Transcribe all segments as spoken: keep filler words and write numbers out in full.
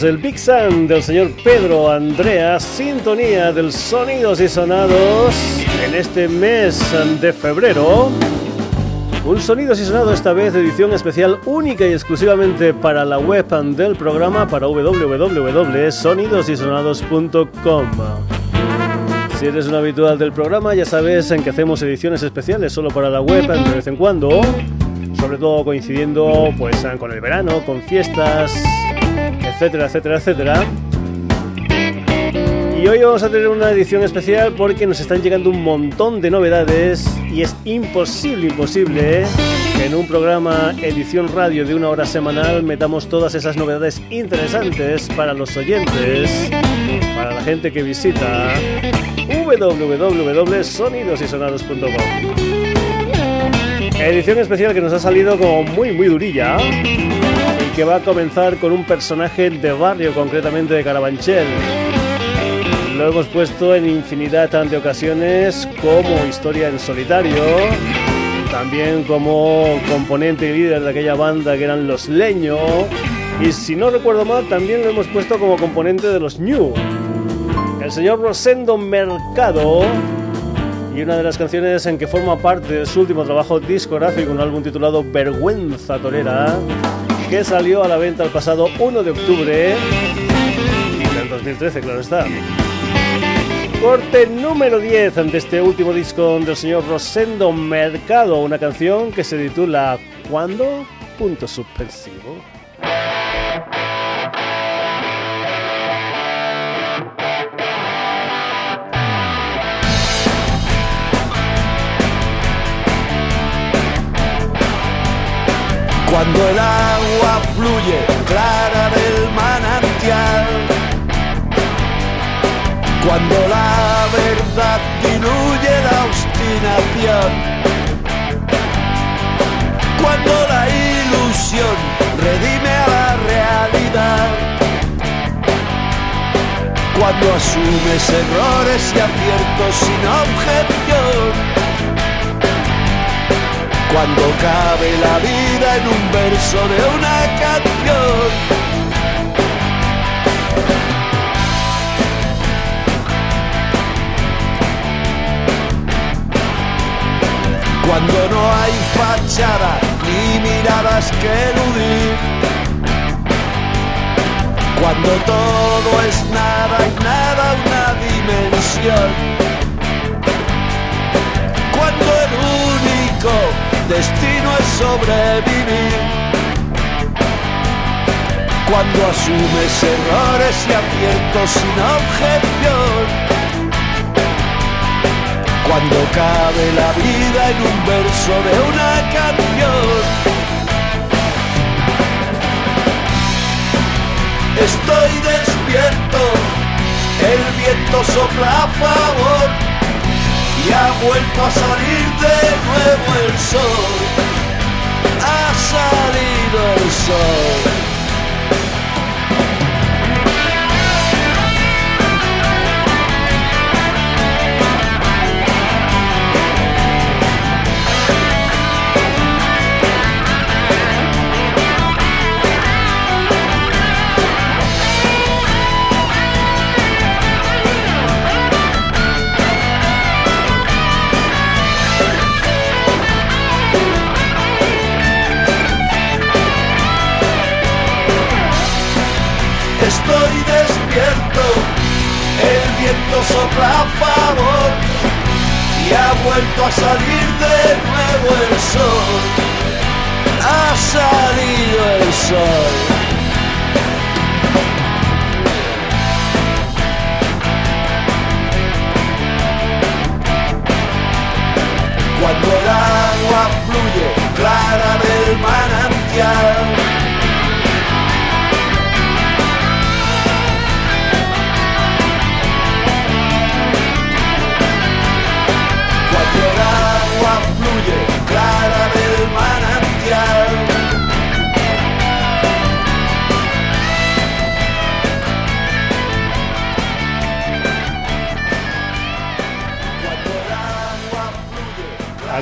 el Big Sun del señor Pedro Andrea, sintonía del Sonidos y Sonados en este mes de febrero. Un Sonidos y Sonados, esta vez edición especial única y exclusivamente para la web del programa, para w w w punto sonidos y sonados punto com. Si eres un habitual del programa, ya sabes en que hacemos ediciones especiales solo para la web de vez en cuando, sobre todo coincidiendo pues con el verano, con fiestas, etcétera, etcétera, etcétera. Y hoy vamos a tener una edición especial porque nos están llegando un montón de novedades y es imposible, imposible que en un programa edición radio de una hora semanal metamos todas esas novedades interesantes para los oyentes, para la gente que visita w w w punto sonidos y sonados punto com. Edición especial que nos ha salido como muy muy durilla y que va a comenzar con un personaje de barrio, concretamente de Carabanchel. Lo hemos puesto en infinidad de ocasiones como historia en solitario, también como componente y líder de aquella banda que eran Los Leño, y si no recuerdo mal también lo hemos puesto como componente de los New, el señor Rosendo Mercado, y una de las canciones en que forma parte de su último trabajo discográfico, un álbum titulado Vergüenza Torera, que salió a la venta el pasado uno de octubre del dos mil trece, claro está. Corte número diez de este último disco del señor Rosendo Mercado, una canción que se titula ¿Cuándo? Punto suspensivo. Cuando el agua fluye clara del manantial, cuando la verdad diluye la obstinación, cuando la ilusión redime a la realidad, cuando asumes errores y aciertos sin objeción, cuando cabe la vida en un verso de una canción. Cuando no hay fachada ni miradas que eludir, cuando todo es nada y nada una dimensión, cuando el único destino es sobrevivir, cuando asumes errores y aciertos sin objeción, cuando cabe la vida en un verso de una canción. Estoy despierto, el viento sopla a favor y ha vuelto a salir de nuevo el sol. Ha salido el sol. Estoy despierto, el viento sopla a favor y ha vuelto a salir de nuevo el sol. Ha salido el sol. Cuando el agua fluye clara del manantial, el agua fluye clara del manantial,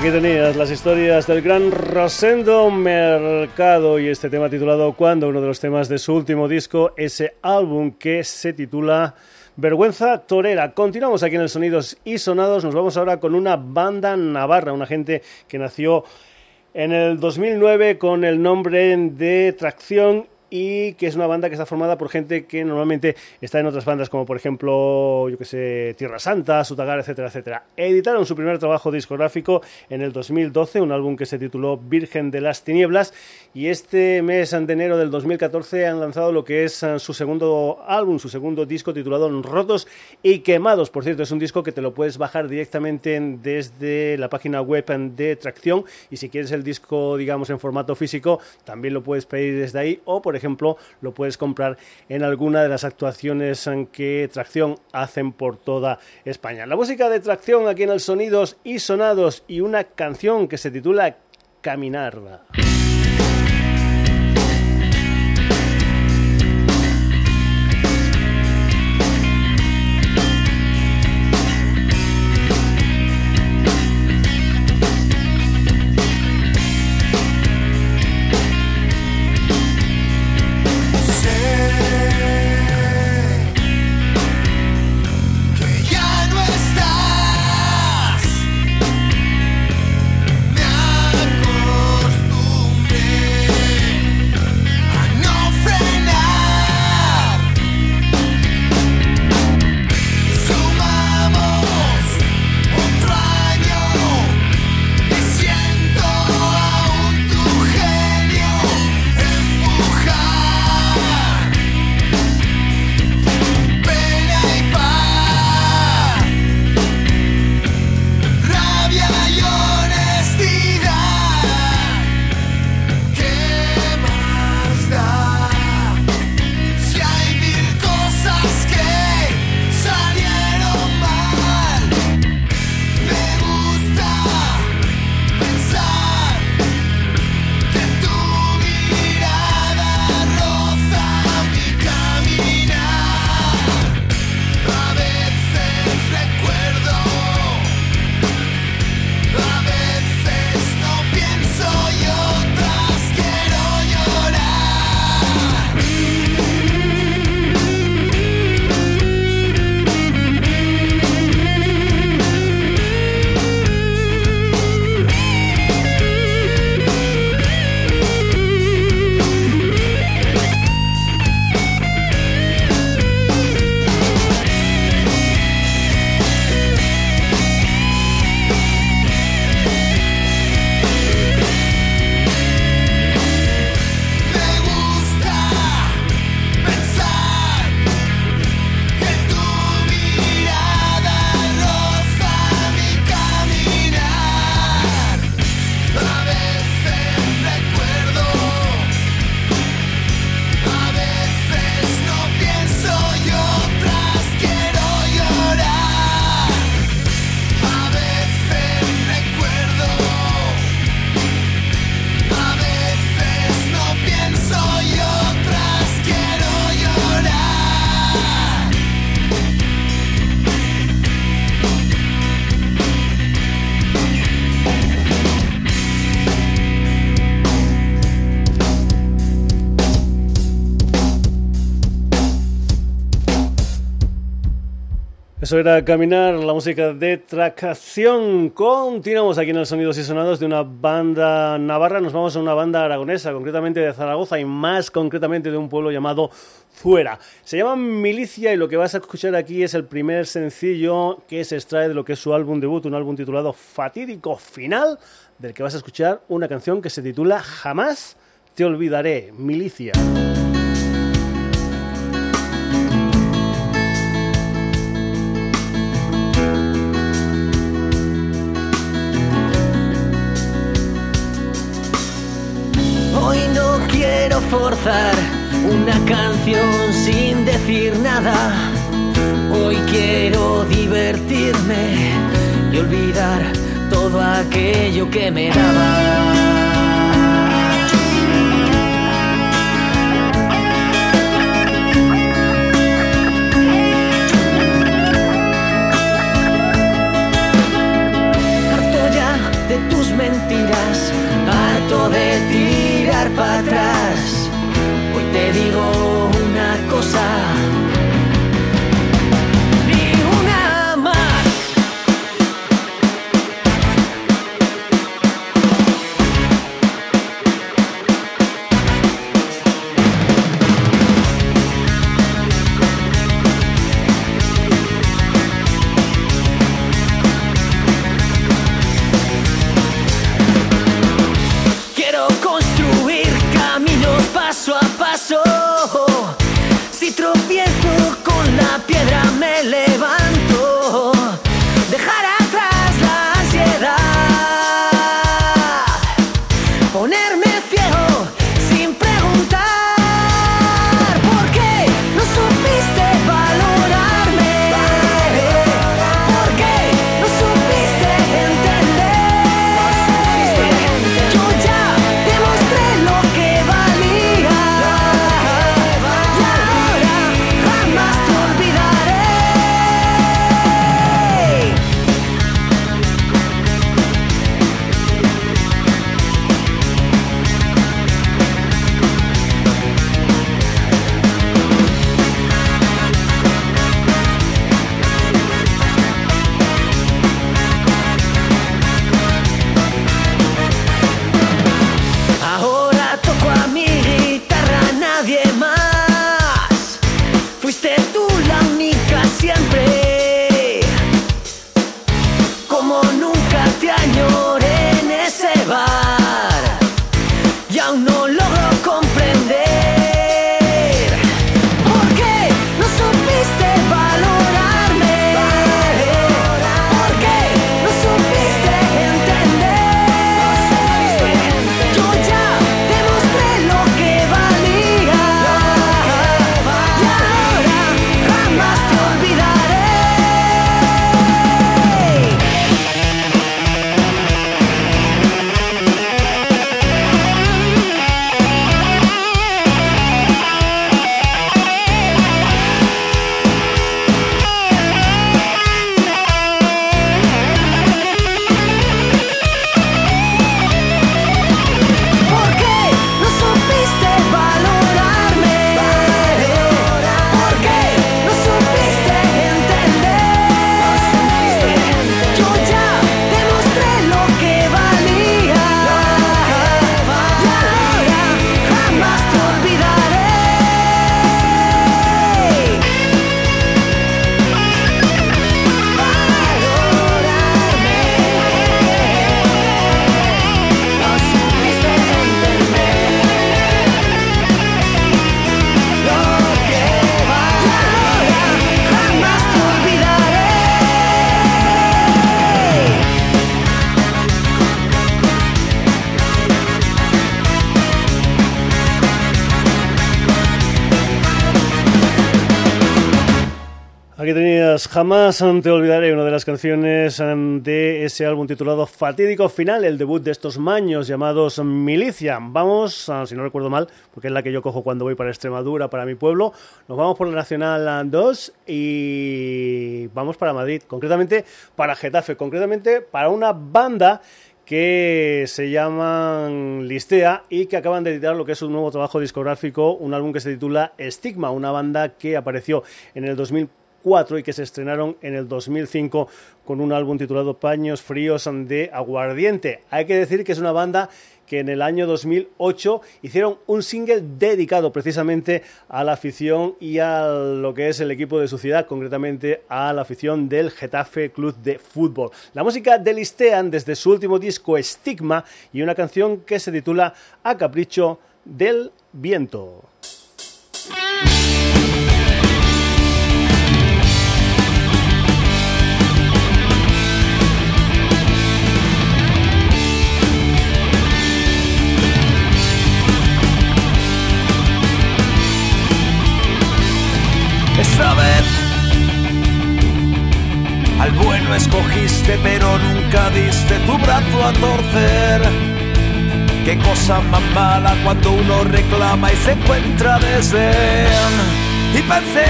Aquí tenías las historias del gran Rosendo Mercado y este tema titulado Cuando, uno de los temas de su último disco, ese álbum que se titula Vergüenza Torera. Continuamos aquí en el Sonidos y Sonados. Nos vamos ahora con una banda navarra, una gente que nació en el dos mil nueve con el nombre de Tracción y que es una banda que está formada por gente que normalmente está en otras bandas como por ejemplo, yo que sé, Tierra Santa, Sutagar, etcétera, etcétera. Editaron su primer trabajo discográfico en el dos mil doce, un álbum que se tituló Virgen de las Tinieblas, y este mes de enero del dos mil catorce han lanzado lo que es su segundo álbum, su segundo disco titulado Rotos y Quemados. Por cierto, es un disco que te lo puedes bajar directamente desde la página web de Tracción, y si quieres el disco, digamos, en formato físico, también lo puedes pedir desde ahí, o por ejemplo lo puedes comprar en alguna de las actuaciones que Tracción hacen por toda España. La música de Tracción aquí en el Sonidos y Sonados, y una canción que se titula Caminar. Eso era Caminar, la música de Tracción. Continuamos aquí en el Sonidos y Sonados de una banda navarra. Nos vamos a una banda aragonesa, concretamente de Zaragoza y más concretamente de un pueblo llamado Zuera. Se llama Milicia y lo que vas a escuchar aquí es el primer sencillo que se extrae de lo que es su álbum debut, un álbum titulado Fatídico Final, del que vas a escuchar una canción que se titula Jamás te olvidaré, Milicia. Hoy no quiero forzar una canción sin decir nada. Hoy quiero divertirme y olvidar todo aquello que me daba. Harto ya de tu miras, harto de tirar para atrás. Hoy te digo una cosa, ni una más. Paso a paso, si tropiezo con la piedra me levanto, dejar atrás la ansiedad, ponerme fiero sin preguntar por qué no supiste valorarme, por qué no supiste entender, yo ya demostré lo que valía. Aquí tenías Jamás te olvidaré, una de las canciones de ese álbum titulado Fatídico Final, el debut de estos maños llamados Milicia. Vamos, si no recuerdo mal, porque es la que yo cojo cuando voy para Extremadura, para mi pueblo, nos vamos por la Nacional dos y vamos para Madrid, concretamente para Getafe, concretamente para una banda que se llaman Listea y que acaban de editar lo que es un nuevo trabajo discográfico, un álbum que se titula Estigma, una banda que apareció en el dos mil cuatro y que se estrenaron en el dos mil cinco con un álbum titulado Paños Fríos de Aguardiente. Hay que decir que es una banda que en el año dos mil ocho hicieron un single dedicado precisamente a la afición y a lo que es el equipo de su ciudad, concretamente a la afición del Getafe Club de Fútbol. La música de Listean desde su último disco Estigma y una canción que se titula A Capricho del Viento. Esta vez al bueno escogiste, pero nunca diste tu brazo a torcer. Qué cosa más mala cuando uno reclama y se encuentra desdén. Y pensé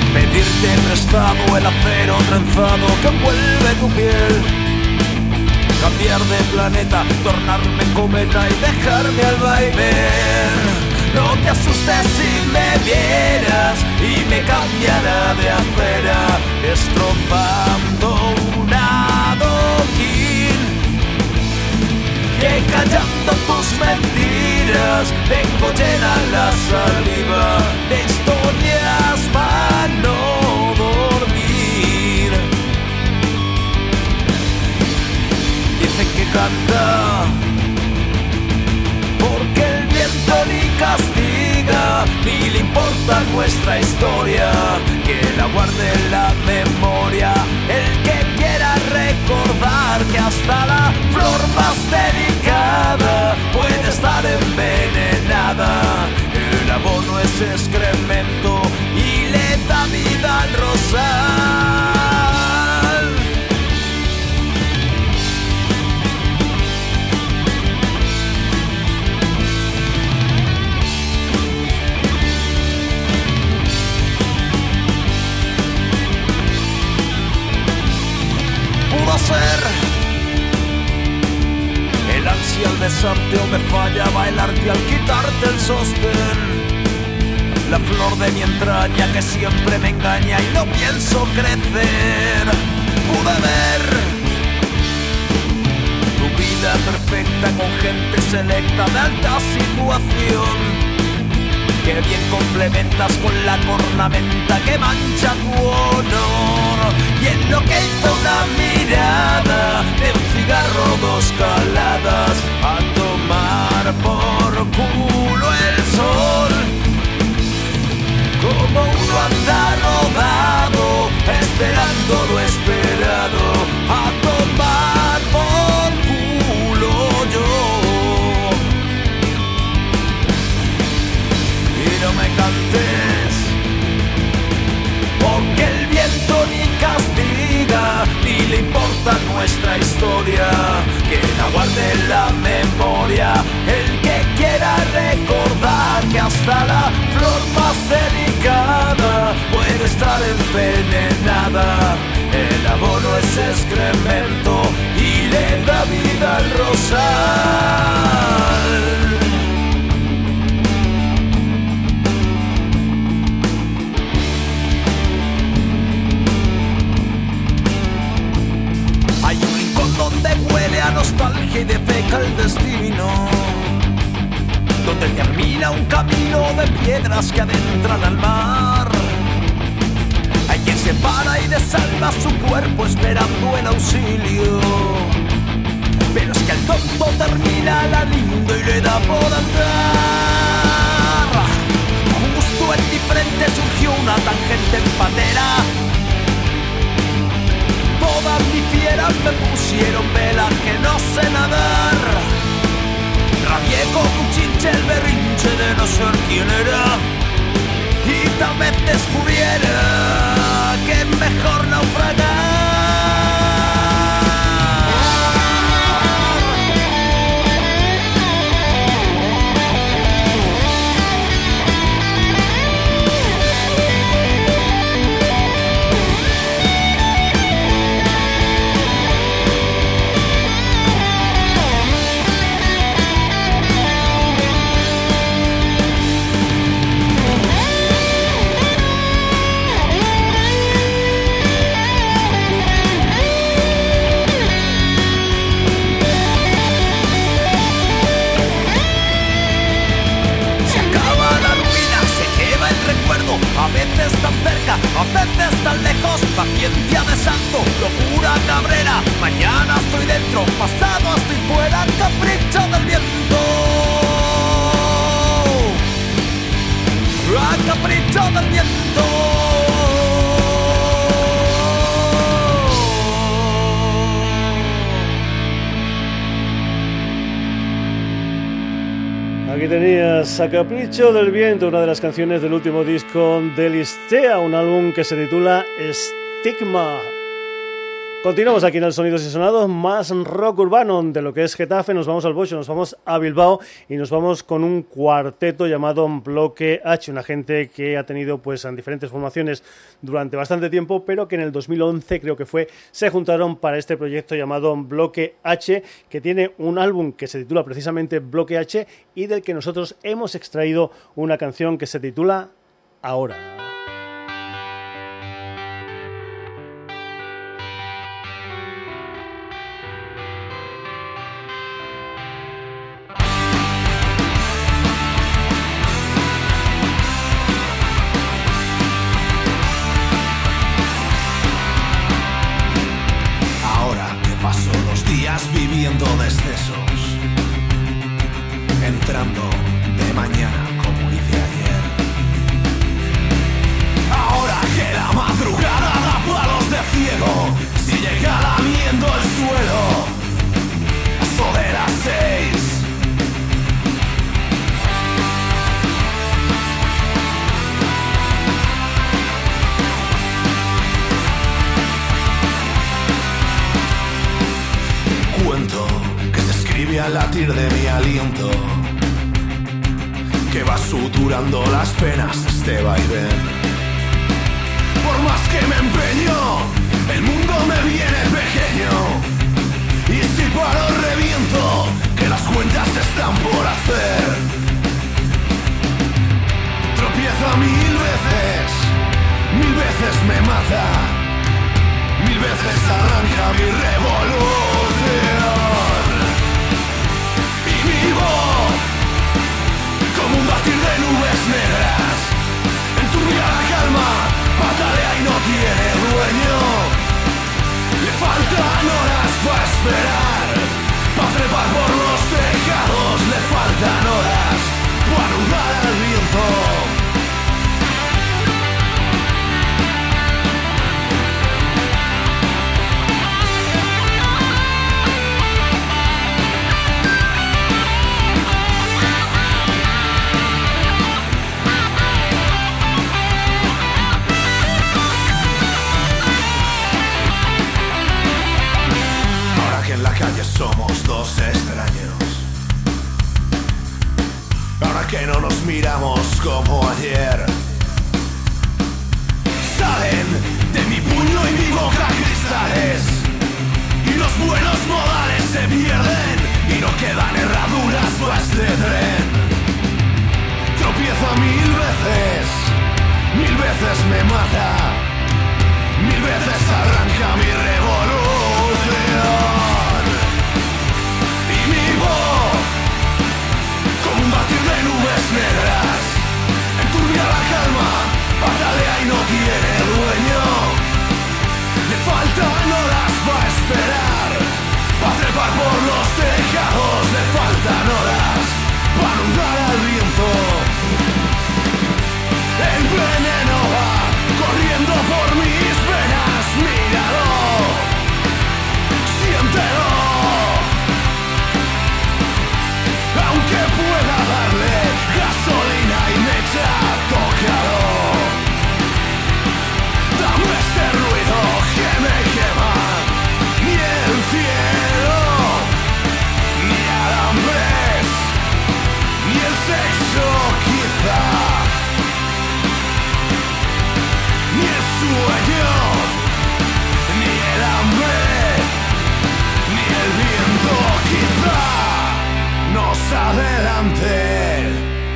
pedirte prestado el acero trenzado que envuelve tu piel. cambiar de planeta, tornarme cometa y dejarme al vaivén. No te asustes si me vieras y me cambiará de acera, estropando un adoquín. Que callando tus mentiras tengo llena la saliva de historias para no dormir. Dicen que canta porque el viento ni castiga, ni le importa nuestra historia, que la guarde en la memoria el que quiera recordar que hasta la flor más delicada puede estar envenenada. El abono es excremento y le da vida al rosal. Pudo ser el ansia al besarte o me falla bailarte al quitarte el sostén. La flor de mi entraña que siempre me engaña y no pienso crecer. Pude ver tu vida perfecta con gente selecta de alta situación, que bien complementas con la cornamenta que mancha tu honor. Y en lo que hizo una mirada de un cigarro dos caladas, a tomar por culo el sol. Como uno anda rodado, esperando lo esperado, a tomar por culo yo. Y no me cantes, porque el viento ni castiga, ni le importa nuestra historia, que la guarde en la memoria el que quiera recordar que hasta la flor más delicada puede estar envenenada. El abono es excremento y le da vida al rosal. Hay un rincón donde huele a nostalgia y defeca el destino, donde termina un camino de piedras que adentran al mar. Hay quien se para y desalma su cuerpo esperando el auxilio, pero es que el tonto termina la lindo y le da por andar. Justo en mi frente surgió una tangente empatera. Todas mis fieras me pusieron velas que no sé nadar. Rabié como un chinche el berrinche de no ser quién era, y tal vez descubriera que es mejor naufragar. A veces tan cerca, a veces tan lejos, paciencia de santo, locura cabrera. Mañana estoy dentro, pasado estoy fuera, capricho del viento. A capricho del viento. Aquí tenías A Capricho del Viento, una de las canciones del último disco de Listea, un álbum que se titula Stigma. Continuamos aquí en el Sonidos y Sonados, más rock urbano de lo que es Getafe. Nos vamos al Bocho, nos vamos a Bilbao y nos vamos con un cuarteto llamado Bloque H, una gente que ha tenido pues en diferentes formaciones durante bastante tiempo, pero que en el dos mil once creo que fue, se juntaron para este proyecto llamado Bloque H, que tiene un álbum que se titula precisamente Bloque H y del que nosotros hemos extraído una canción que se titula Ahora. Viviendo de excesos, entrando de mañana como hice ayer. Ahora que la madrugada da palos de ciego, si llega lamiendo el suelo, eso de las seis. Que se escribe al latir de mi aliento, que va suturando las penas este vaivén. Por más que me empeño, el mundo me viene pequeño, y si paro reviento, que las cuentas están por hacer. Tropiezo mil veces, mil veces me mata, mil veces arranca mi revolución. Y vivo como un batir de nubes negras, enturbia la calma, patalea y no tiene dueño. Le faltan horas para esperar, para trepar por los tejados. Le faltan horas para anudar al viento. Somos dos extraños, ahora que no nos miramos como ayer. Salen de mi puño y mi boca cristales, y los buenos modales se pierden, y no quedan herraduras para este tren. Tropiezo mil veces, mil veces me mata, mil veces arranca mi revolución. Como un batir de nubes negras, enturbia la calma, patalea y no tiene dueño. Le faltan horas para esperar, para trepar por los tejados. Le faltan horas para anudar al viento. El veneno va corriendo por mis venas, míralo, siéntelo. Aunque pueda darle gasolina y mecha, tócalo. Dame este ruido que me quema, ni el cielo, ni alambres, ni el sexo quizá, ni el sueño, ni el hambre, ni el viento quizá. Nos adelante.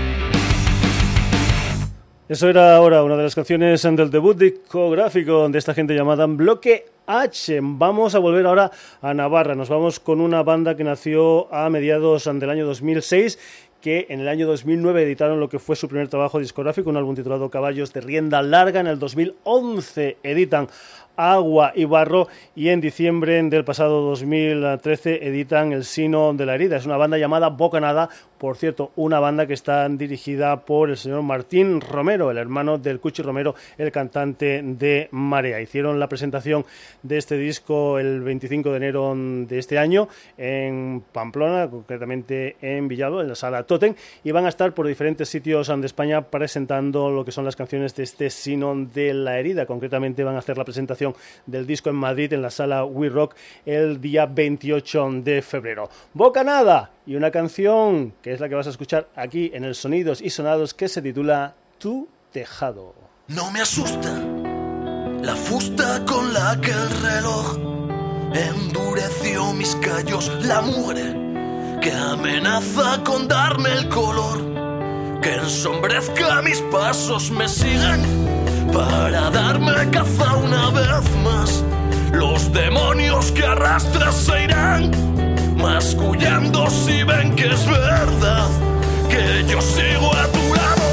Eso era ahora una de las canciones del debut discográfico de esta gente llamada Bloque H. Vamos a volver ahora a Navarra. Nos vamos con una banda que nació a mediados del año dos mil seis, que en el año dos mil nueve editaron lo que fue su primer trabajo discográfico, un álbum titulado Caballos de Rienda Larga. En el dos mil once editan Agua y Barro y en diciembre del pasado dos mil trece editan El Sino de la Herida. Es una banda llamada Bocanada, por cierto, una banda que está dirigida por el señor Martín Romero, el hermano del Cuchi Romero, el cantante de Marea. Hicieron la presentación de este disco el veinticinco de enero de este año en Pamplona, concretamente en Villalba, en la sala Totem, y van a estar por diferentes sitios de España presentando lo que son las canciones de este Sino de la Herida. Concretamente van a hacer la presentación presentación del disco en Madrid, en la sala We Rock, el día veintiocho de febrero. Bocanada y una canción que es la que vas a escuchar aquí en el Sonidos y Sonados, que se titula Tu Tejado. No me asusta la fusta con la que el reloj endureció mis callos, la mugre que amenaza con darme el color, que ensombrezca mis pasos, me siguen para darme caza una vez más. Los demonios que arrastras se irán mascullando si ven que es verdad que yo sigo a tu lado.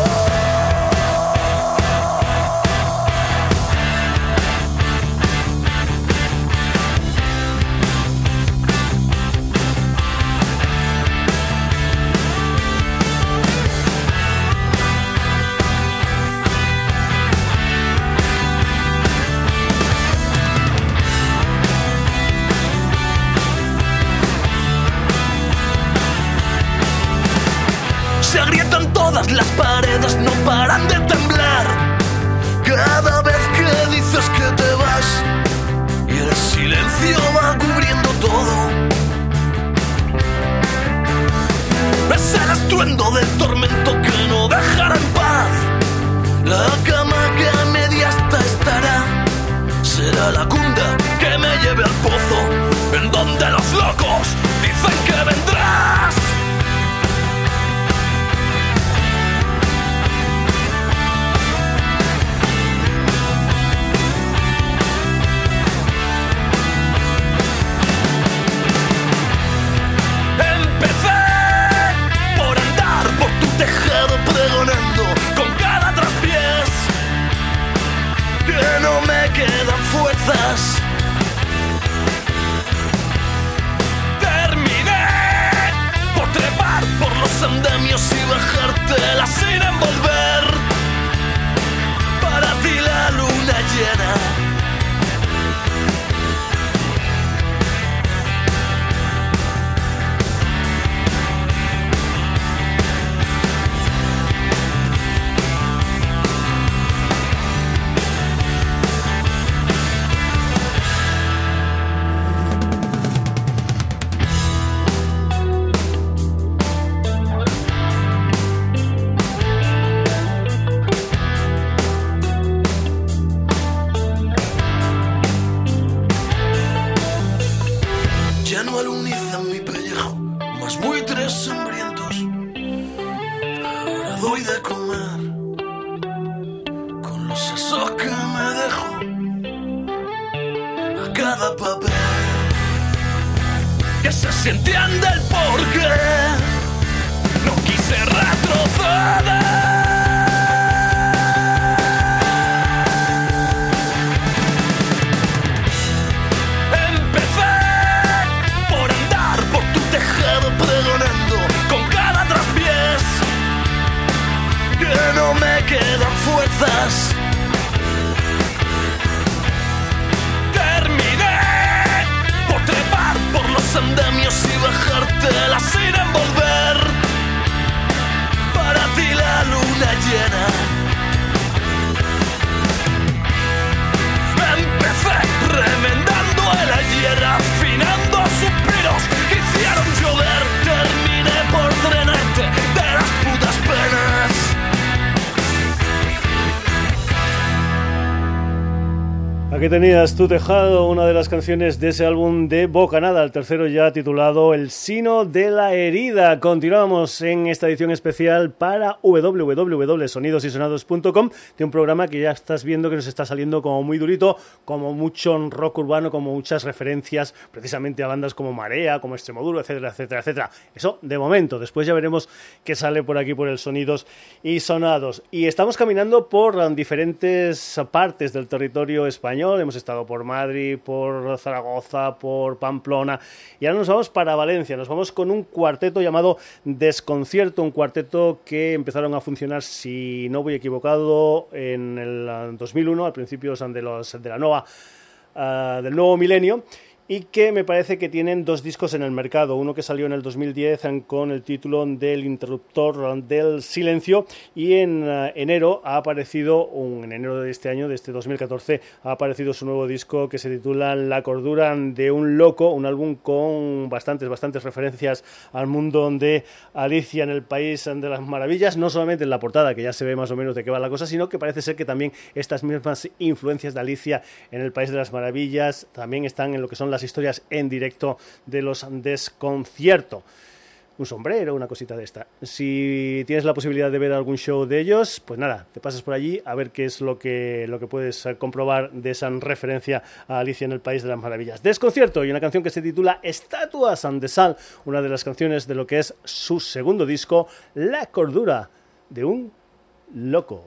Se agrietan todas las paredes, no paran de temblar cada vez que dices que te vas, y el silencio va cubriendo todo. Es el estruendo del tormento que no dejará en paz. La cama que a media hasta estará será la cunda que me lleve al pozo, en donde los locos dicen que vendrás. Tejado pregonando con cada traspiés que no me quedan fuerzas. Terminé por trepar por los andamios y bajártela sin envolver. Para ti la luna llena entiende el porqué. No quise retroceder. Empecé por andar por tu tejado pregonando con cada traspiés que no me quedan fuerzas. Andamios y bajártela sin envolver. Para ti la luna llena. Empecé remendando el ayer, afinando suspiros que hicieron llover. Terminé por drenarte de las putas penas. Aquí tenías Tu Tejado, una de las canciones de ese álbum de Bocanada, el tercero ya titulado El Sino de la Herida. Continuamos en esta edición especial para doble u doble u doble u punto sonidos y sonados punto com, de un programa que ya estás viendo que nos está saliendo como muy durito, como mucho rock urbano, como muchas referencias precisamente a bandas como Marea, como Extremoduro, etcétera, etcétera, etcétera. Eso de momento, después ya veremos qué sale por aquí por el Sonidos y Sonados. Y estamos caminando por diferentes partes del territorio español. Hemos estado por Madrid, por Zaragoza, por Pamplona y ahora nos vamos para Valencia. Nos vamos con un cuarteto llamado Desconcierto, un cuarteto que empezaron a funcionar, si no voy equivocado, en el dos mil uno, al principio de, los, de la nueva, uh, del nuevo milenio. y que me parece que tienen dos discos en el mercado, uno que salió en el dos mil diez con el título del Interruptor del Silencio, y en uh, enero ha aparecido, un, en enero de este año, de este dos mil catorce, ha aparecido su nuevo disco que se titula La cordura de un loco, un álbum con bastantes, bastantes referencias al mundo de Alicia en el País de las Maravillas, no solamente en la portada, que ya se ve más o menos de qué va la cosa, sino que parece ser que también estas mismas influencias de Alicia en el País de las Maravillas también están en lo que son las historias en directo de los Desconcierto. Un sombrero, una cosita de esta. Si tienes la posibilidad de ver algún show de ellos, pues nada, te pasas por allí a ver qué es lo que, lo que puedes comprobar de esa referencia a Alicia en el País de las Maravillas. Desconcierto, y una canción que se titula Estatuas and the Sal, una de las canciones de lo que es su segundo disco, La cordura de un loco.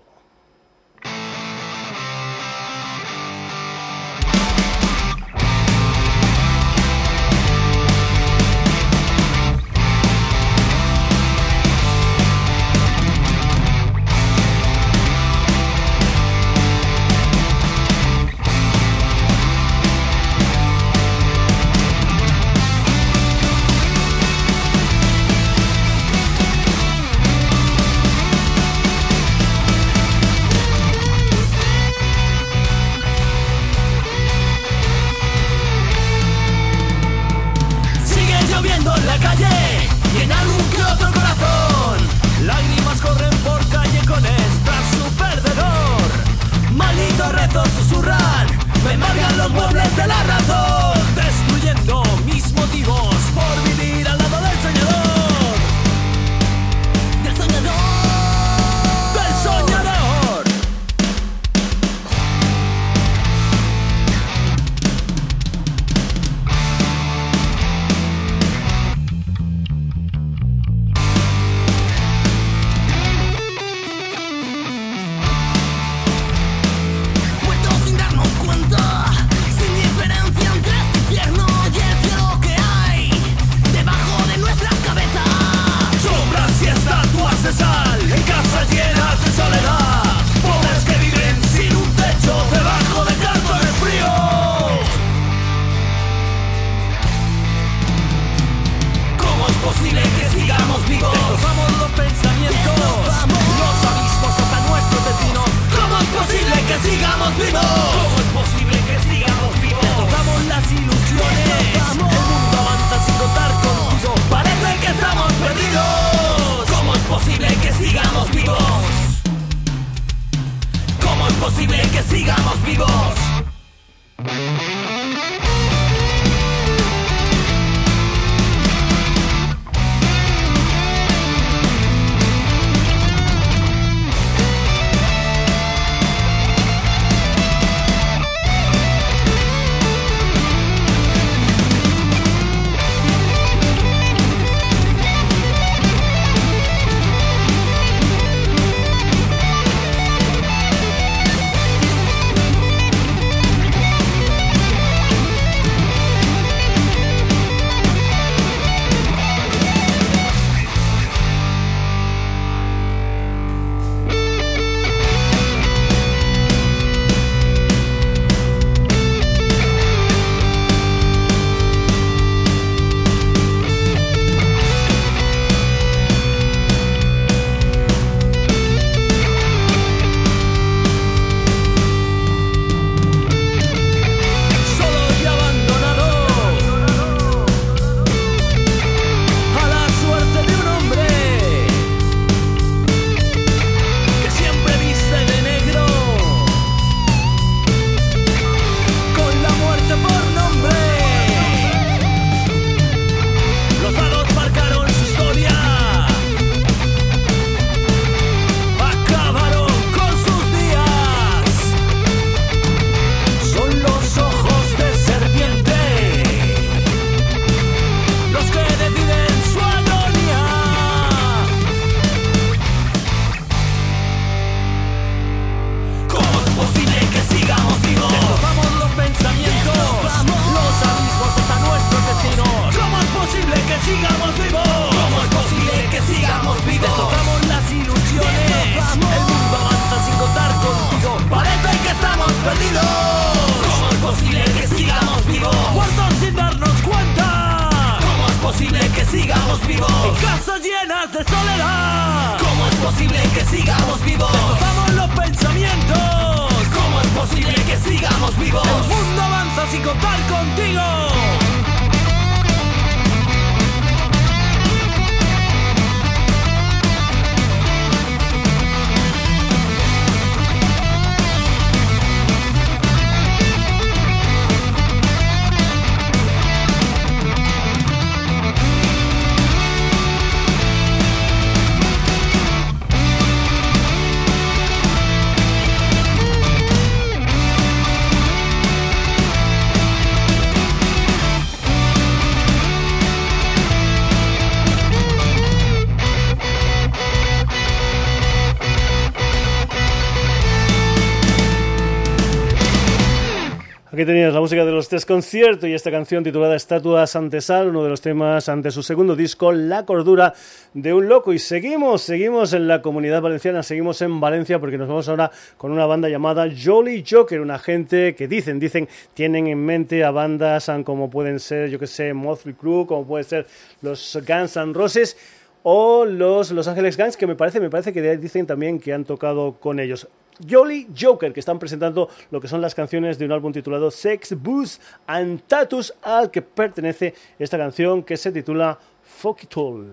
Aquí tenías la música de los Tres Concierto y esta canción titulada Estatuas ante Sal, uno de los temas ante su segundo disco, La Cordura de un Loco. Y seguimos, seguimos en la Comunidad Valenciana, seguimos en Valencia porque nos vamos ahora con una banda llamada Jolly Joker, una gente que dicen, dicen, tienen en mente a bandas como pueden ser, yo que sé, Motley Crue, como pueden ser los Guns N' Roses o los Los Ángeles Guns, que me parece, me parece que dicen también que han tocado con ellos. Jolly Joker, que están presentando lo que son las canciones de un álbum titulado Sex, Booze and Tattoos, al que pertenece esta canción que se titula Fuck It All.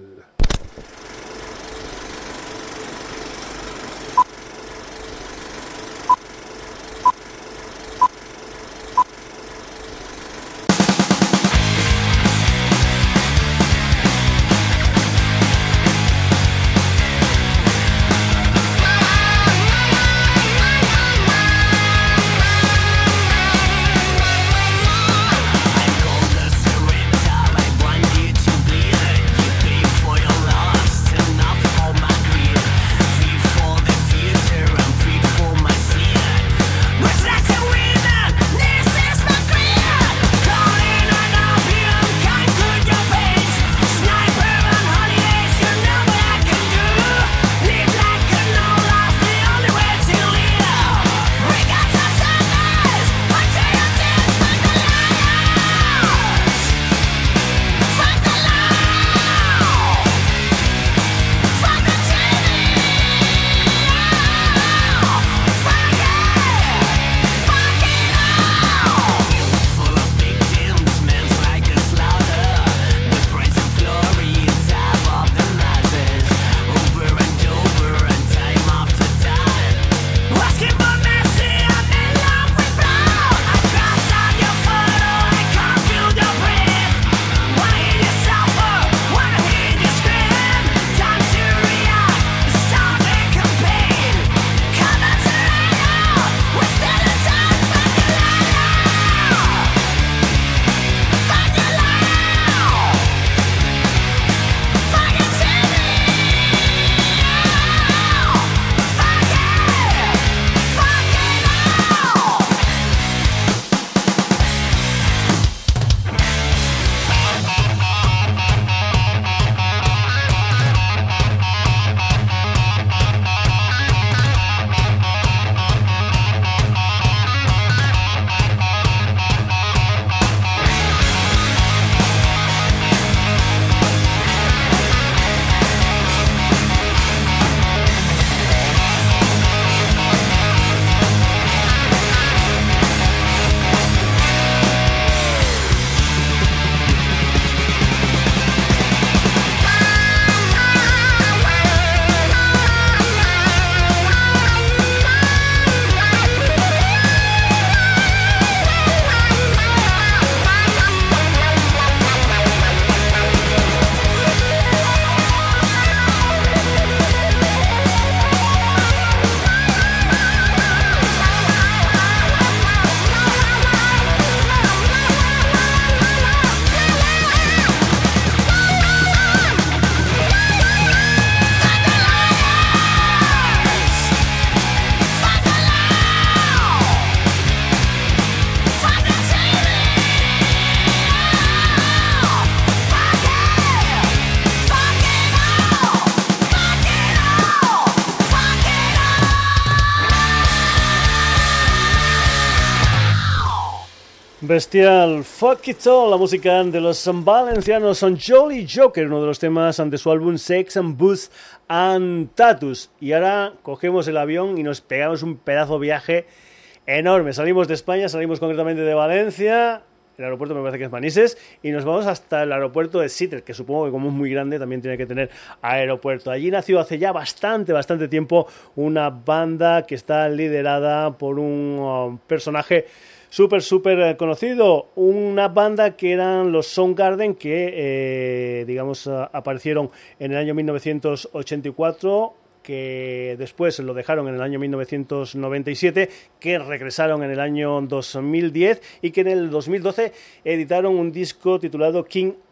Bestial, Fuck It All, la música de los valencianos son Jolly Joker, uno de los temas ante su álbum Sex and Booze and Tattoos. Y ahora cogemos el avión y nos pegamos un pedazo de viaje enorme. Salimos de España, salimos concretamente de Valencia, el aeropuerto me parece que es Manises, y nos vamos hasta el aeropuerto de Sitges, que supongo que como es muy grande también tiene que tener aeropuerto. Allí nació hace ya bastante, bastante tiempo una banda que está liderada por un uh, personaje súper, súper conocido, una banda que eran los Soundgarden, que eh, digamos aparecieron en el año mil novecientos ochenta y cuatro, que después lo dejaron en el año mil novecientos noventa y siete, que regresaron en el año dos mil diez y que en el dos mil doce editaron un disco titulado King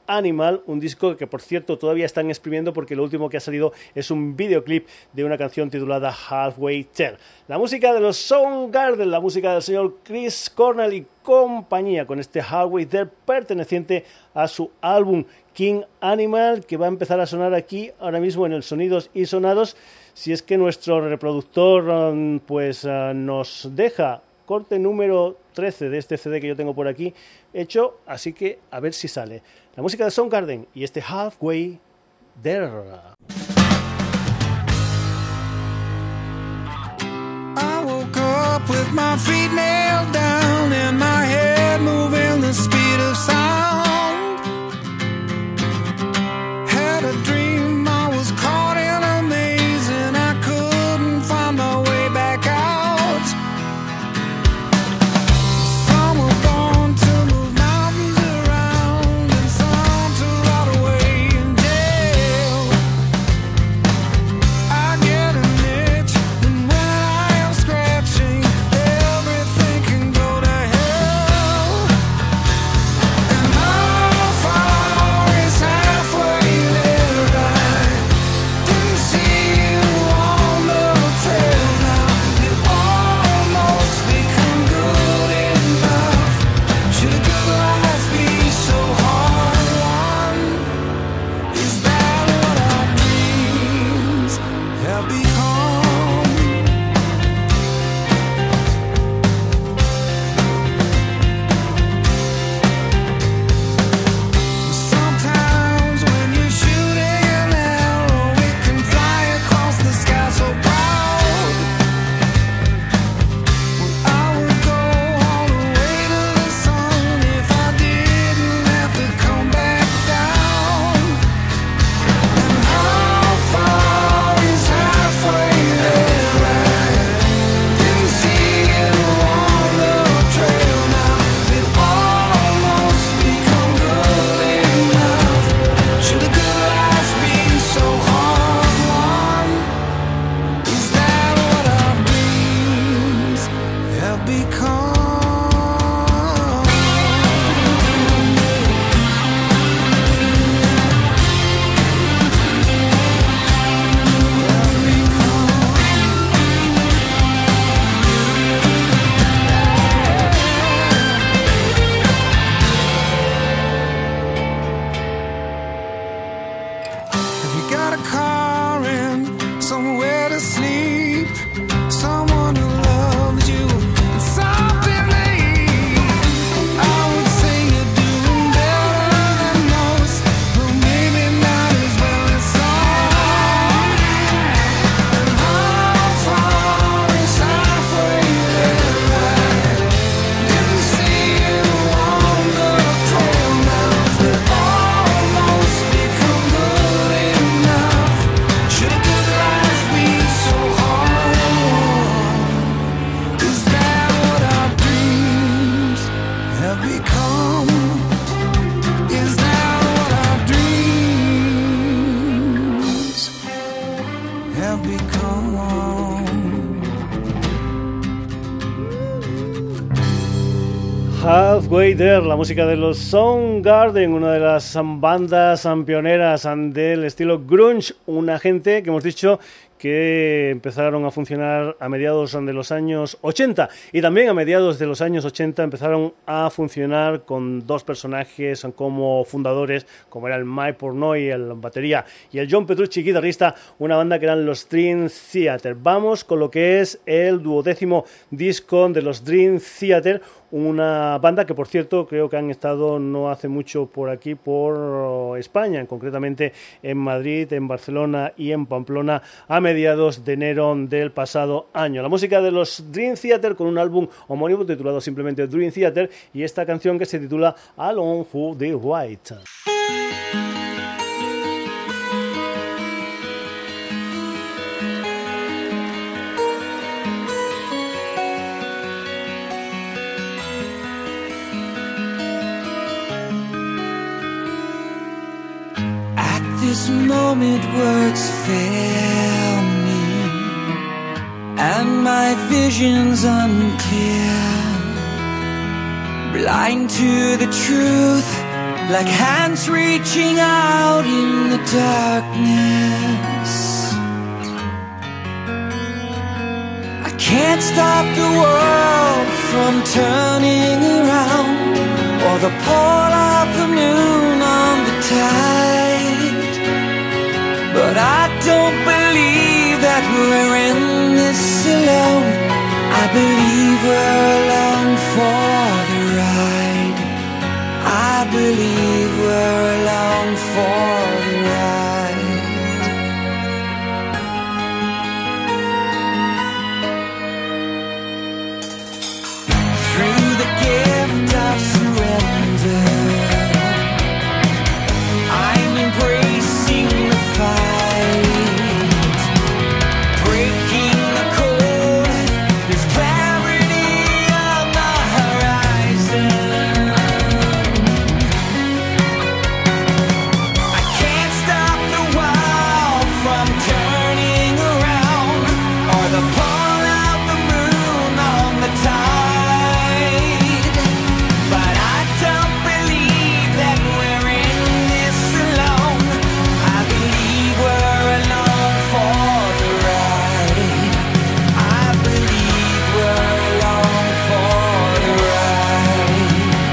Animal, un disco que por cierto todavía están exprimiendo porque lo último que ha salido es un videoclip de una canción titulada Halfway There. La música de los Soundgarden, la música del señor Chris Cornell y compañía con este Halfway There perteneciente a su álbum King Animal, que va a empezar a sonar aquí ahora mismo en el Sonidos y Sonados, si es que nuestro reproductor pues nos deja. Corte número trece de este C D que yo tengo por aquí hecho, así que a ver si sale. La música de Soundgarden y este Halfway There. I woke up with my feet nailed down and my head moving the speed of sound. Had a dream I was caught in a maze and I couldn't find my way back out. Halfway There, la música de los Soundgarden, una de las bandas pioneras del estilo grunge, una gente que hemos dicho que empezaron a funcionar a mediados de los años ochenta y también a mediados de los años ochenta empezaron a funcionar con dos personajes como fundadores, como era el Mike Portnoy, el batería, y el John Petrucci, guitarrista, una banda que eran los Dream Theater. Vamos con lo que es el duodécimo disco de los Dream Theater, una banda que, por cierto, creo que han estado no hace mucho por aquí, por España, concretamente en Madrid, en Barcelona y en Pamplona, a mediados de enero del pasado año. La música de los Dream Theater con un álbum homónimo titulado simplemente Dream Theater y esta canción que se titula Alone for the White. This moment words fail me, and my vision's unclear. Blind to the truth, like hands reaching out in the darkness. I can't stop the world from turning around, or the pull of the moon on the tide. But I don't believe that we're in this alone. I believe we're along for the ride. I believe we're along for the ride. Through the gift of surrender, I'm embracing the fight, breaking the code. There's clarity on the horizon. I can't stop the world from turning around, or the pull of the moon on the tide. But I don't believe that we're in this alone. I believe we're along for the ride. I believe we're along for the ride.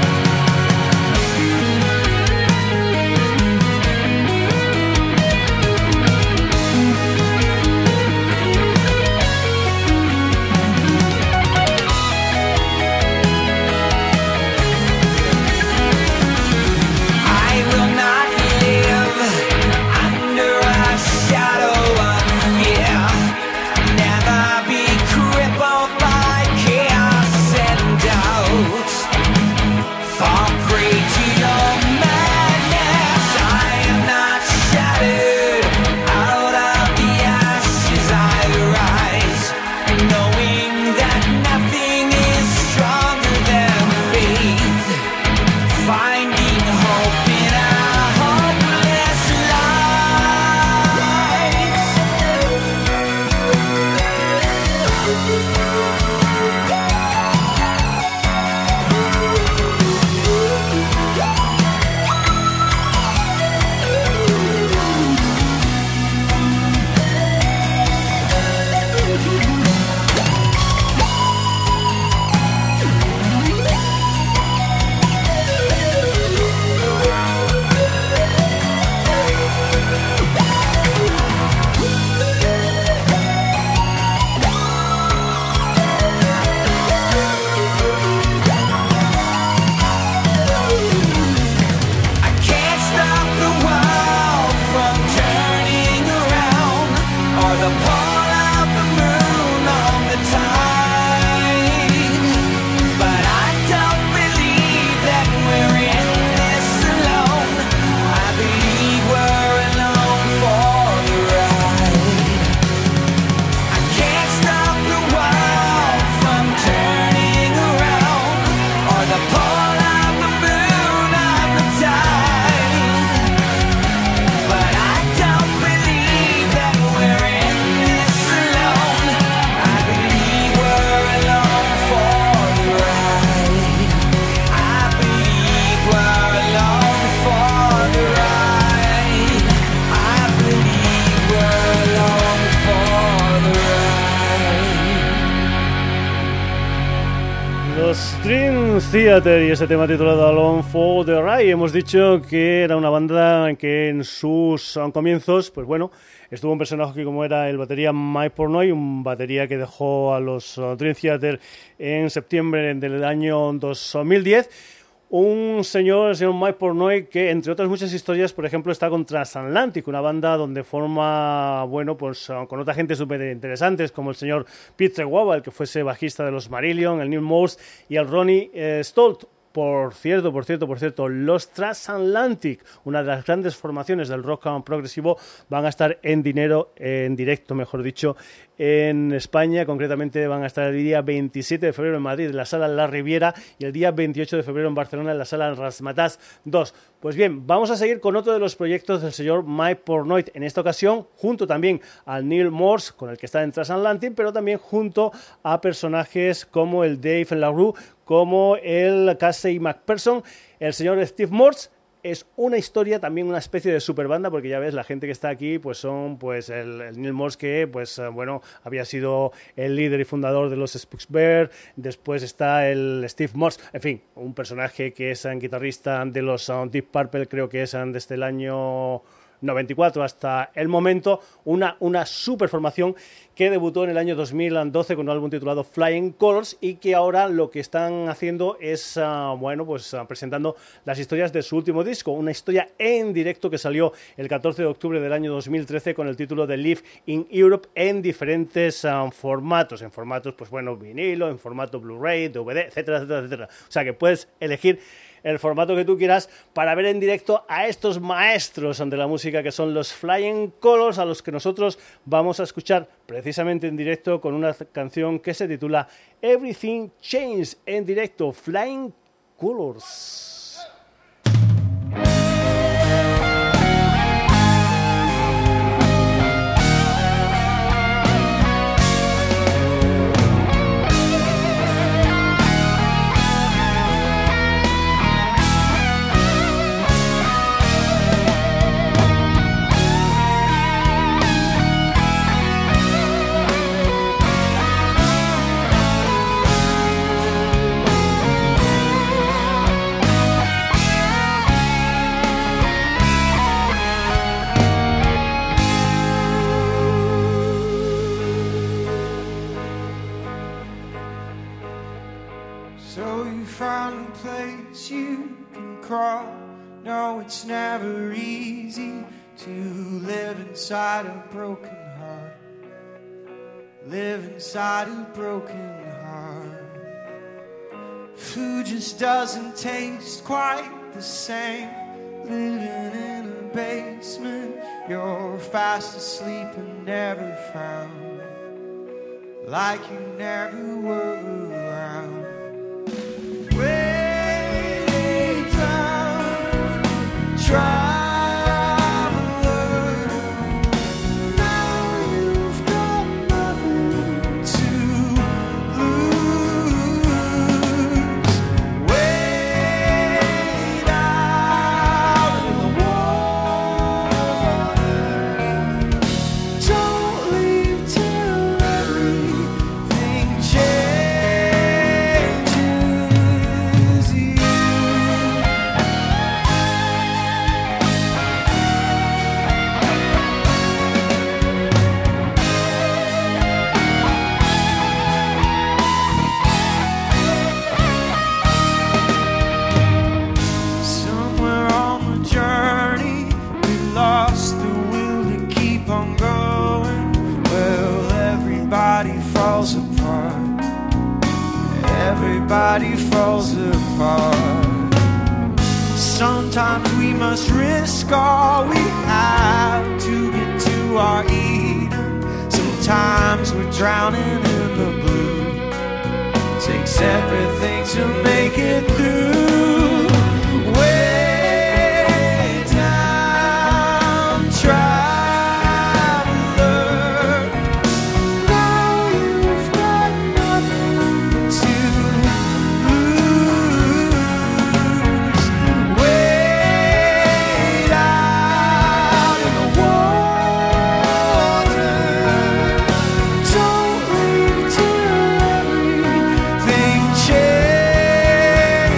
I will not live under a shadow of fear, never be crippled by chaos and doubt. Fall prey to your madness. I am not shattered. Out of the ashes I rise, knowing that nothing is stronger than faith. Finding hope in a hopeless I can't stop the world from turning around, or the pull of the moon on the tide. But I don't believe that we're in this alone. I believe we're along for the ride. I can't stop the world from turning around, or the pull of the moon on the tide. But I don't believe that we're in this alone. I believe we're along for the ride. I believe we're along for the ride. I believe we're along for the ride. Los Dream Theater y ese tema titulado Alone for the Ride. Hemos dicho que era una banda que en sus comienzos, pues bueno, estuvo un personaje como era el batería Mike Portnoy, un batería que dejó a los uh, Dream Theater en septiembre del año dos mil diez. Un señor, el señor Mike Portnoy, que entre otras muchas historias, por ejemplo, está con Transatlantic, una banda donde forma, bueno, pues uh, con otra gente súper interesantes, como el señor Pete Guava, el que fuese bajista de los Marillion, el Neil Morse y el Ronnie eh, Stolt. Por cierto, por cierto, por cierto, los Transatlantic, una de las grandes formaciones del rock progresivo, van a estar en dinero, en directo, mejor dicho, en España. Concretamente van a estar el día veintisiete de febrero en Madrid, en la Sala La Riviera, y el día veintiocho de febrero en Barcelona, en la Sala Razzmatazz dos. Pues bien, vamos a seguir con otro de los proyectos del señor Mike Portnoy, en esta ocasión junto también al Neil Morse, con el que está en Transatlantic, pero también junto a personajes como el Dave LaRue, como el Casey McPherson, el señor Steve Morse, es una historia, también una especie de superbanda, porque ya ves, la gente que está aquí pues son pues el, el Neil Morse, que pues bueno, había sido el líder y fundador de los Spooks Bear. Después está el Steve Morse, en fin, un personaje que es un guitarrista de los um, Deep Purple, creo que es um, desde el año noventa y cuatro hasta el momento, una, una super formación que debutó en el año dos mil doce con un álbum titulado Flying Colors, y que ahora lo que están haciendo es uh, bueno, pues uh, presentando las historias de su último disco, una historia en directo que salió el catorce de octubre del año dos mil trece con el título de Live in Europe, en diferentes uh, formatos, en formatos pues bueno, vinilo, en formato Blu-ray, D V D, etcétera, etcétera, etcétera. O sea que puedes elegir el formato que tú quieras para ver en directo a estos maestros de la música que son los Flying Colors, a los que nosotros vamos a escuchar precisamente en directo con una canción que se titula Everything Changed, en directo, Flying Colors. No, it's never easy to live inside a broken heart. Live inside a broken heart. Food just doesn't taste quite the same. Living in a basement, you're fast asleep and never found. Like you never were around. Traveler, now you've got nothing to lose. Wade out in the water. Don't leave till everything changes you. Everybody falls apart. Sometimes we must risk all we have to get to our Eden. Sometimes we're drowning in the blue. Takes everything to make it through. Way down, try. Change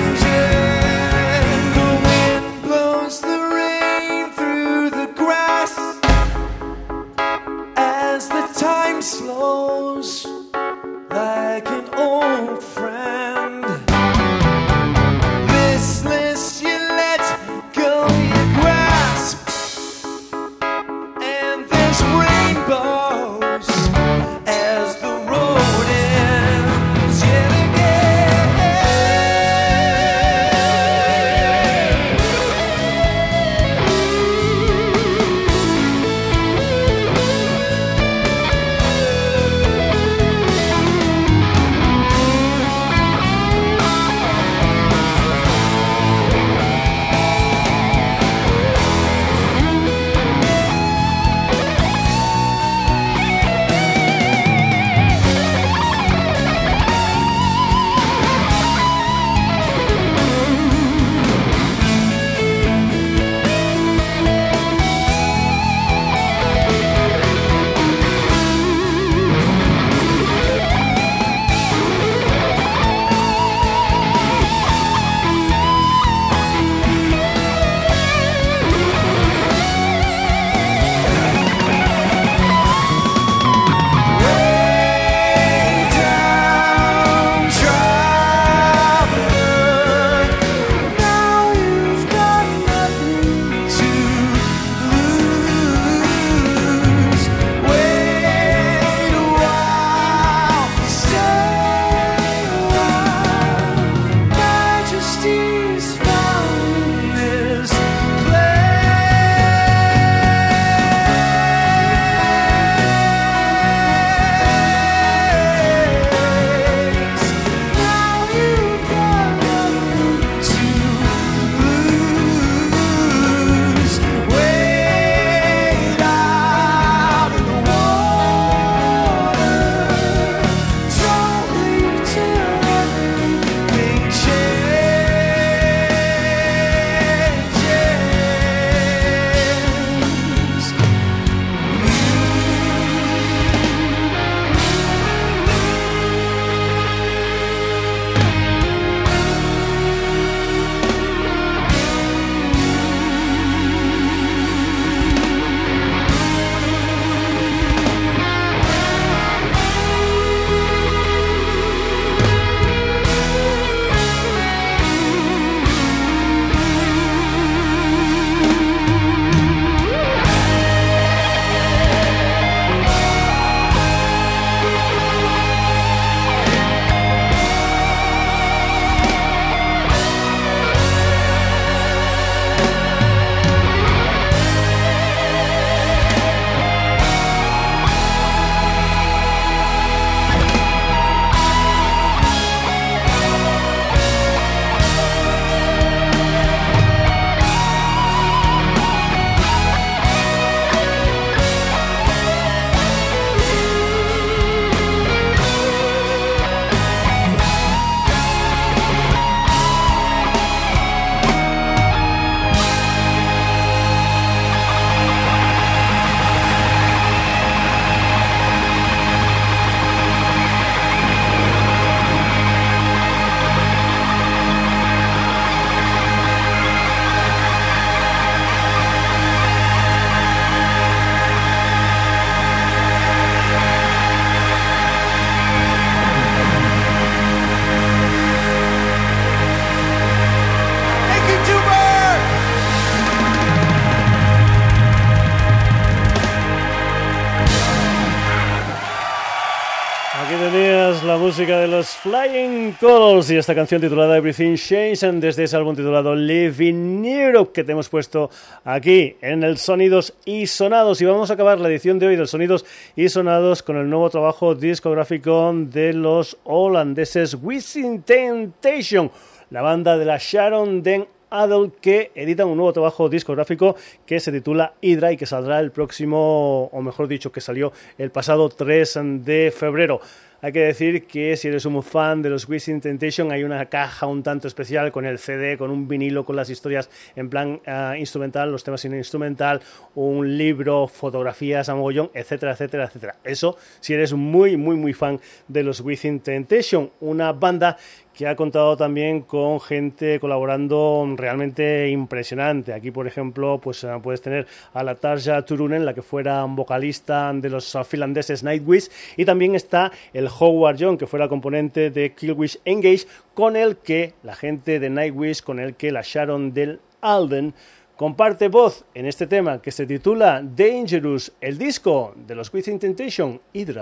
la música de los Flying Colours y esta canción titulada Everything Changed desde ese álbum titulado Live in Europe que te hemos puesto aquí en el Sonidos y Sonados. Y vamos a acabar la edición de hoy del Sonidos y Sonados con el nuevo trabajo discográfico de los holandeses Wishing Temptation, la banda de la Sharon Den Adel, que editan un nuevo trabajo discográfico que se titula Hydra y que saldrá el próximo, o mejor dicho, que salió el pasado tres de febrero. Hay que decir que si eres un fan de los Wishing Temptation hay una caja un tanto especial con el C D, con un vinilo, con las historias en plan uh, instrumental, los temas en instrumental, un libro, fotografías a mogollón, etcétera, etcétera, etcétera. Eso si eres muy, muy, muy fan de los Wishing Temptation, una banda que ha contado también con gente colaborando realmente impresionante. Aquí, por ejemplo, pues uh, puedes tener a la Tarja Turunen, la que fuera vocalista de los uh, finlandeses Nightwish, y también está el Howard Young, que fuera componente de Killswitch Engage, con el que la gente de Nightwish, con el que la Sharon Den Adel comparte voz en este tema que se titula Dangerous, el disco de los Wishing Temptation, Hydra.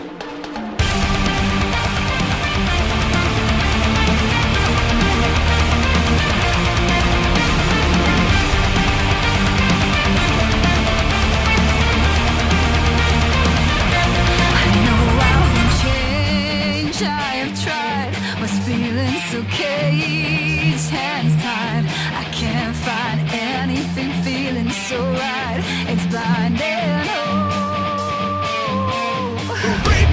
So caged, hands tied, I can't find anything feeling so right. It's blinding. Oh.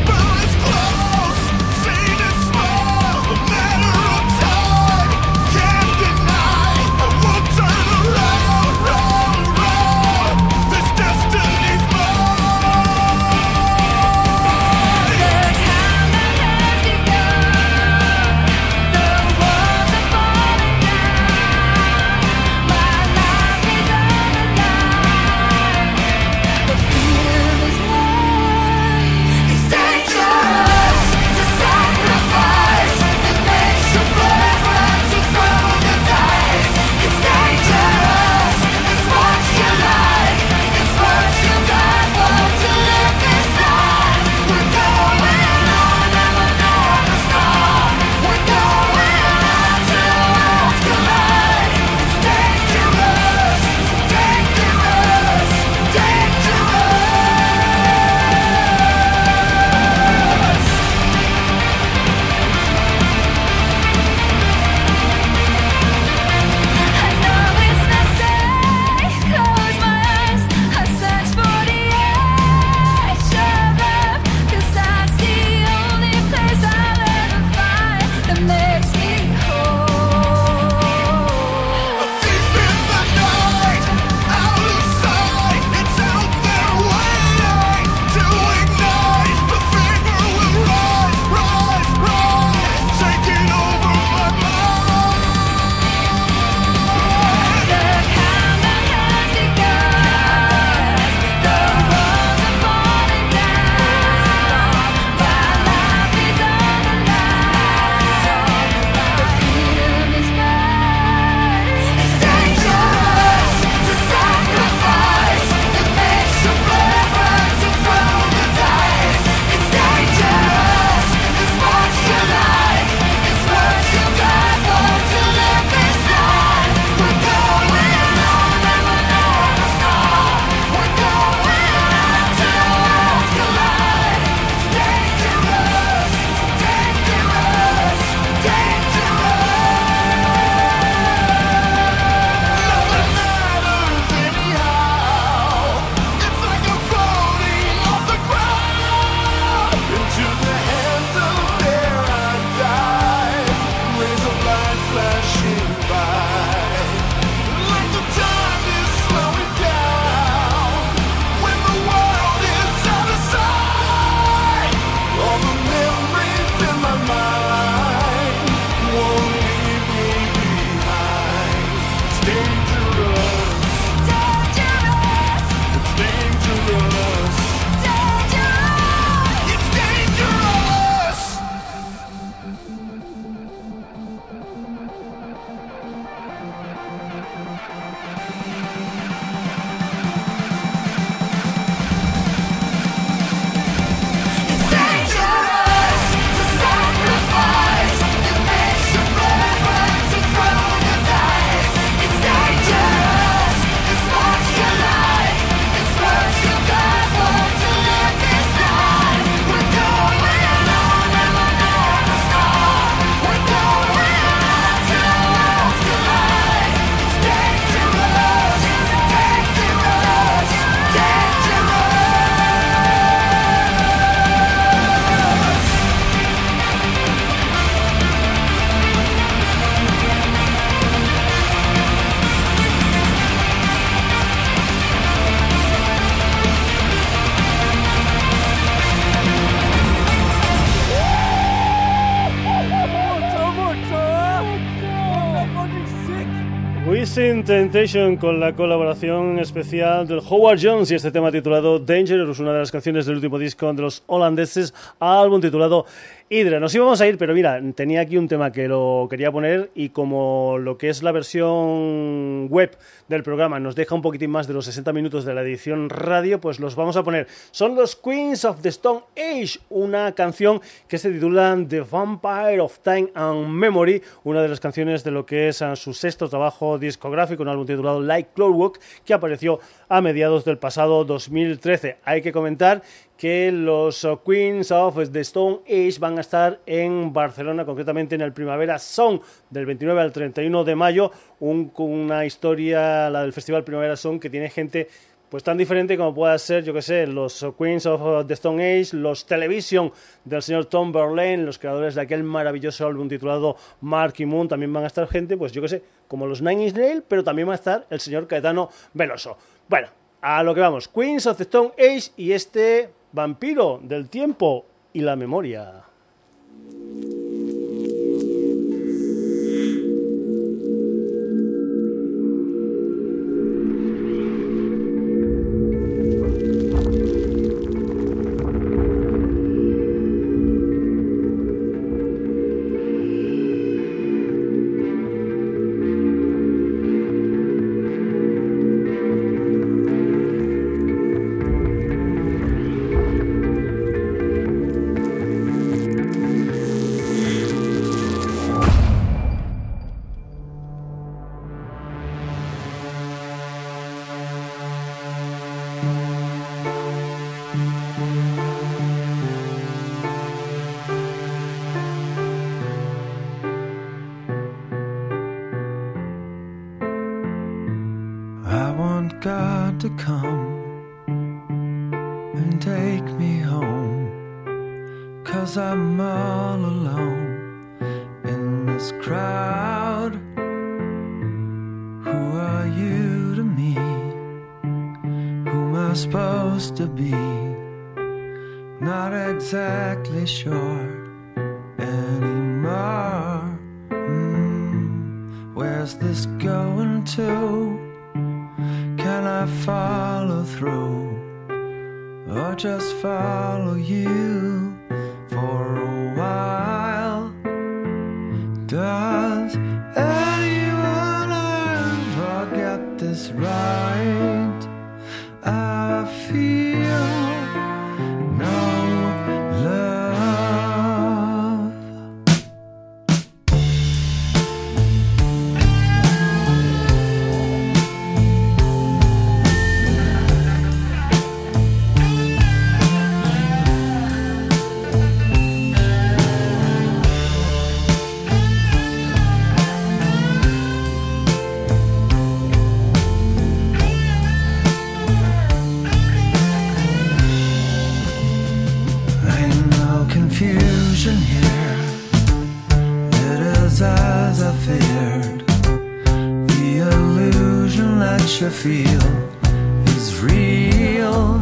Within Temptation con la colaboración especial del Howard Jones y este tema titulado Dangerous, una de las canciones del último disco de los holandeses, álbum titulado Hydra. Nos íbamos a ir, pero mira, tenía aquí un tema que lo quería poner y como lo que es la versión web del programa nos deja un poquitín más de los sesenta minutos de la edición radio, pues los vamos a poner. Son los Queens of the Stone Age, una canción que se titula The Vampire of Time and Memory, una de las canciones de lo que es su sexto trabajo discográfico, un álbum titulado Like Clockwork, que apareció a mediados del pasado dos mil trece. Hay que comentar que los Queens of the Stone Age van a estar en Barcelona, concretamente en el Primavera Sound, del veintinueve al treinta y uno de mayo, un, una historia, la del Festival Primavera Sound, que tiene gente pues tan diferente como pueda ser, yo que sé, los Queens of the Stone Age, los Television del señor Tom Verlaine, los creadores de aquel maravilloso álbum titulado Marquee Moon. También van a estar gente, pues yo que sé, como los Nine Inch Nails, pero también va a estar el señor Caetano Veloso. Bueno, a lo que vamos, Queens of the Stone Age y este vampiro del tiempo y la memoria. To come and take me home, 'cause I'm all alone in this crowd. Who are you to me? Who am I supposed to be? Not exactly sure anymore. Mm, where's this going to? Can I follow through or just follow you for a while? Does anyone ever get this right? I feel no love. Confusion here, it is as I feared. The illusion that you feel is real.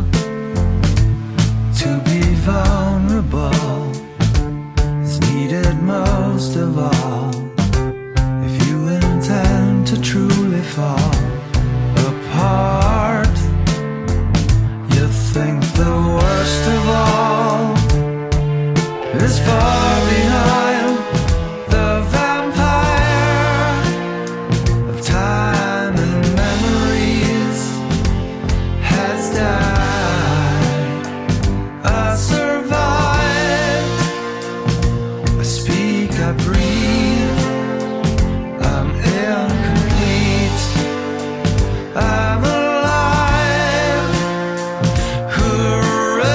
To be vulnerable is needed most of all if you intend to truly fall apart. You think the worst of all is far behind. The vampire of time and memories has died. I survived. I speak, I breathe. I'm incomplete. I'm alive. Hooray!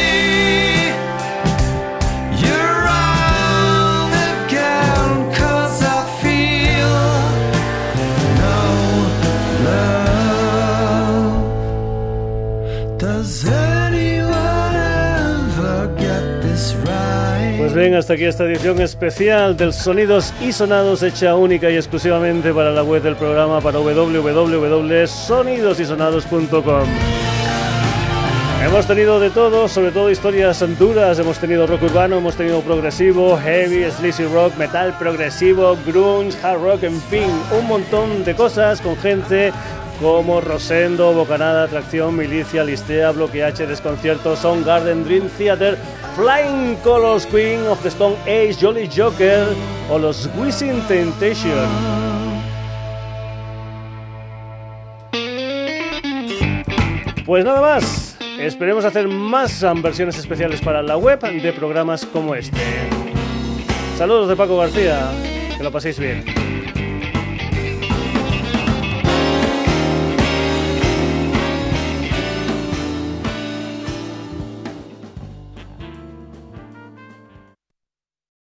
You're wrong again, 'cause I feel no love. Does anyone ever get this right? Pues bien, hasta aquí esta edición especial del Sonidos y Sonados, hecha única y exclusivamente para la web del programa, para doble u doble u doble u punto sonidos y sonados punto com. Hemos tenido de todo, sobre todo historias duras. Hemos tenido rock urbano, hemos tenido progresivo, heavy, sleazy rock, metal progresivo, grunge, hard rock, en fin, un montón de cosas con gente como Rosendo, Bocanada, Tracción, Milicia, Listea, Bloque H, Desconcierto, Soundgarden, Dream Theater, Flying Colours, Queen of the Stone Age, Jolly Joker o los Wisin Temptation. Pues nada más. Esperemos hacer más versiones especiales para la web de programas como este. Saludos de Paco García, que lo paséis bien.